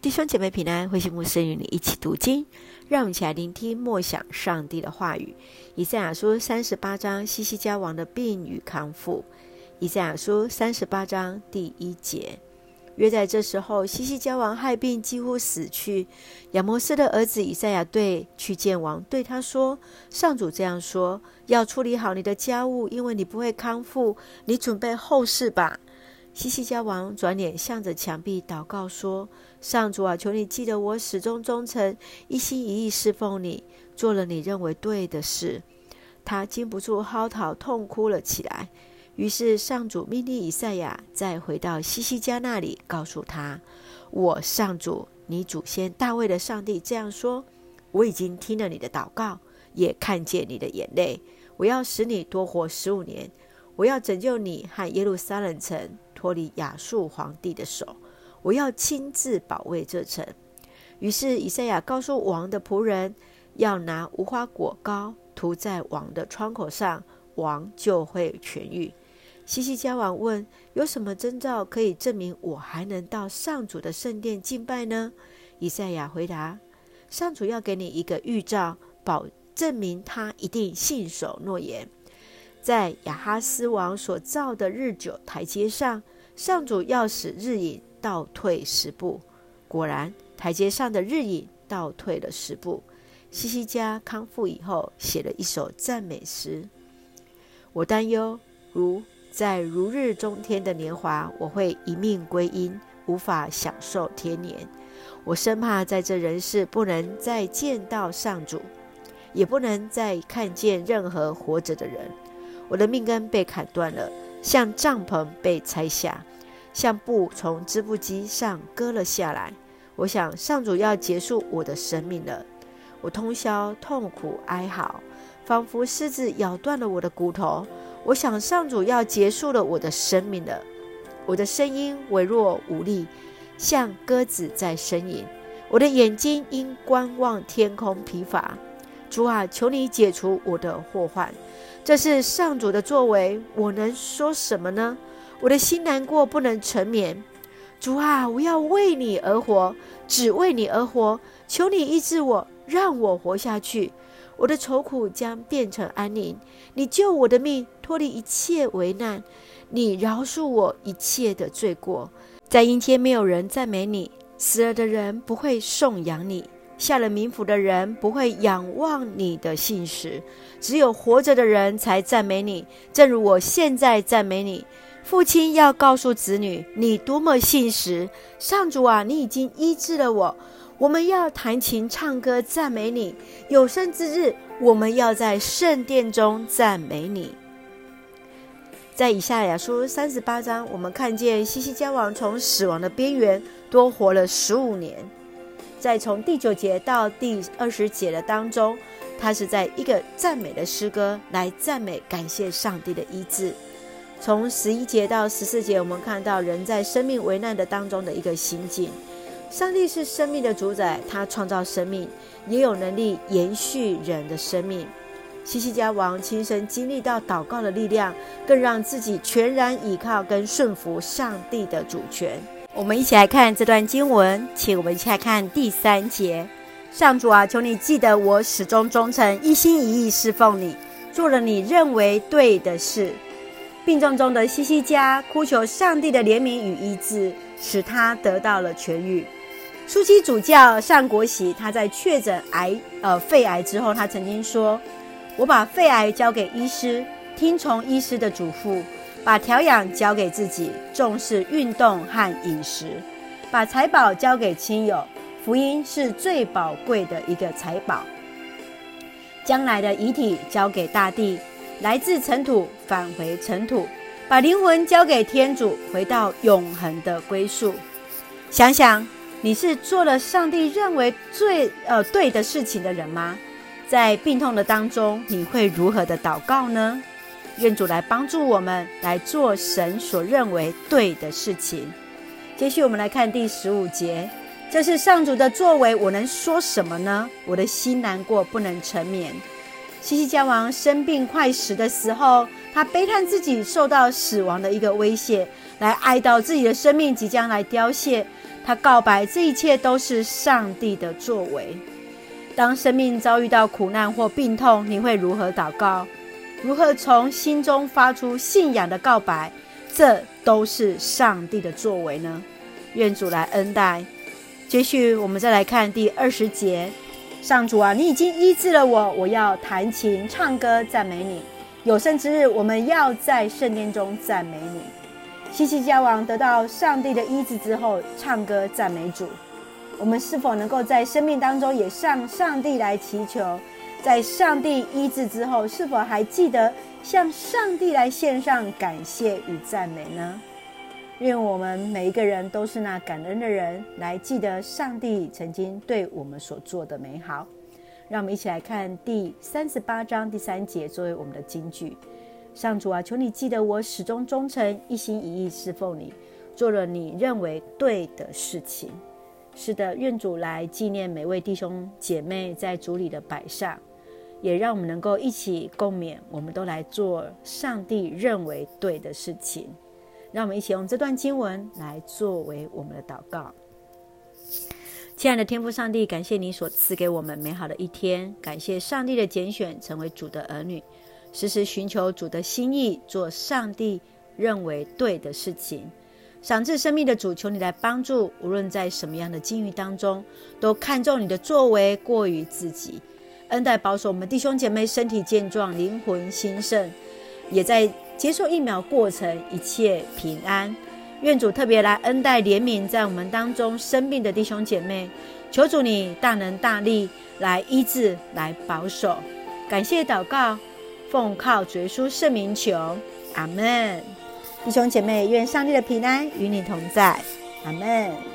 弟兄姐妹平安，慧馨牧师与你一起读经，让我们一起来聆听默想上帝的话语。以赛亚书38章西西家王的病与康复。以赛亚书38章第1节，约在这时候，西西家王害病几乎死去。亚摩斯的儿子以赛亚去见王，对他说：上主这样说，要处理好你的家务，因为你不会康复，你准备后事吧。西西家王转脸向着墙壁祷告说：上主啊，求你记得我始终忠诚，一心一意侍奉你，做了你认为对的事。他禁不住嚎啕痛哭了起来。于是上主命令以赛亚再回到西西家那里，告诉他：我上主，你祖先大卫的上帝这样说，我已经听了你的祷告，也看见你的眼泪，我要使你多活15年，我要拯救你和耶路撒冷城脱离亚述皇帝的手，我要亲自保卫这城。于是以赛亚告诉王的仆人，要拿无花果膏涂在王的窗口上，王就会痊愈。西西家王问：有什么征兆可以证明我还能到上主的圣殿敬拜呢？以赛亚回答：上主要给你一个预兆，证明他一定信守诺言。在亚哈斯王所造的日久台阶上，上主要使日影倒退10步。果然，台阶上的日影倒退了10步。西西家康复以后，写了一首赞美诗：我担忧，在如日中天的年华，我会一命归阴，无法享受天年。我生怕在这人世不能再见到上主，也不能再看见任何活着的人。我的命根被砍断了，像帐篷被拆下，像布从织布机上割了下来。我想上主要结束我的生命了。我通宵痛苦哀嚎，仿佛狮子咬断了我的骨头。我想上主要结束了我的生命了。我的声音微弱无力，像鸽子在呻吟。我的眼睛因观望天空疲乏。主啊，求你解除我的祸患。这是上主的作为，我能说什么呢？我的心难过，不能沉眠。主啊，我要为你而活，只为你而活。求你医治我，让我活下去。我的愁苦将变成安宁，你救我的命，脱离一切危难，你饶恕我一切的罪过。在阴间没有人赞美你，死了的人不会颂扬你，下了冥府的人不会仰望你的信实，只有活着的人才赞美你，正如我现在赞美你。父亲要告诉子女，你多么信实。上主啊，你已经医治了我。我们要弹琴唱歌赞美你，有生之日我们要在圣殿中赞美你。在以赛亚书38章，我们看见西西家王从死亡的边缘多活了15年。在从第9节到第20节的当中，他是在一个赞美的诗歌来赞美感谢上帝的医治。从11节到14节，我们看到人在生命危难的当中的一个心境。上帝是生命的主宰，他创造生命，也有能力延续人的生命。西西家王亲身经历到祷告的力量，更让自己全然倚靠跟顺服上帝的主权。我们一起来看这段经文，请我们一起来看第3节。上主啊，求你记得我始终忠诚，一心一意侍奉你，做了你认为对的事。病重中的西西家哭求上帝的怜悯与医治，使他得到了痊愈。枢机主教单国璽，他在确诊肺癌之后，他曾经说：我把肺癌交给医师，听从医师的嘱咐，把调养交给自己，重视运动和饮食，把财宝交给亲友，福音是最宝贵的一个财宝。将来的遗体交给大地，来自尘土返回尘土，把灵魂交给天主，回到永恒的归宿。想想你是做了上帝认为对的事情的人吗？在病痛的当中，你会如何的祷告呢？愿主来帮助我们来做神所认为对的事情。接续我们来看第15节，这是上主的作为，我能说什么呢？我的心难过，不能沉眠。西西家王生病快死的时候，他悲叹自己受到死亡的一个威胁，来哀悼自己的生命即将来凋谢。 他告白这一切都是上帝的作为。当生命遭遇到苦难或病痛，你会如何祷告？如何从心中发出信仰的告白？这都是上帝的作为呢？愿主来恩待。接续我们再来看第20节，上主啊，你已经医治了我，我要弹琴唱歌赞美你。有生之日，我们要在圣殿中赞美你。希西家王得到上帝的医治之后，唱歌赞美主。我们是否能够在生命当中也向上帝来祈求？在上帝医治之后，是否还记得向上帝来献上感谢与赞美呢？愿我们每一个人都是那感恩的人，来记得上帝曾经对我们所做的美好。让我们一起来看第38章第3节作为我们的金句。上主啊，求你记得我始终忠诚，一心一意侍奉你，做了你认为对的事情。是的，愿主来纪念每位弟兄姐妹在主里的摆上，也让我们能够一起共勉，我们都来做上帝认为对的事情。让我们一起用这段经文来作为我们的祷告。亲爱的天父上帝，感谢你所赐给我们美好的一天，感谢上帝的拣选，成为主的儿女，时时寻求主的心意，做上帝认为对的事情。赏赐生命的主，求你来帮助，无论在什么样的境遇当中，都看重你的作为过于自己，恩待保守我们弟兄姐妹身体健壮，灵魂兴盛，也在接受疫苗过程一切平安。愿主特别来恩待怜悯在我们当中生病的弟兄姐妹，求主你大能大力来医治，来保守。感谢祷告，奉靠主耶稣圣名求，阿们。弟兄姐妹，愿上帝的平安与你同在，阿们。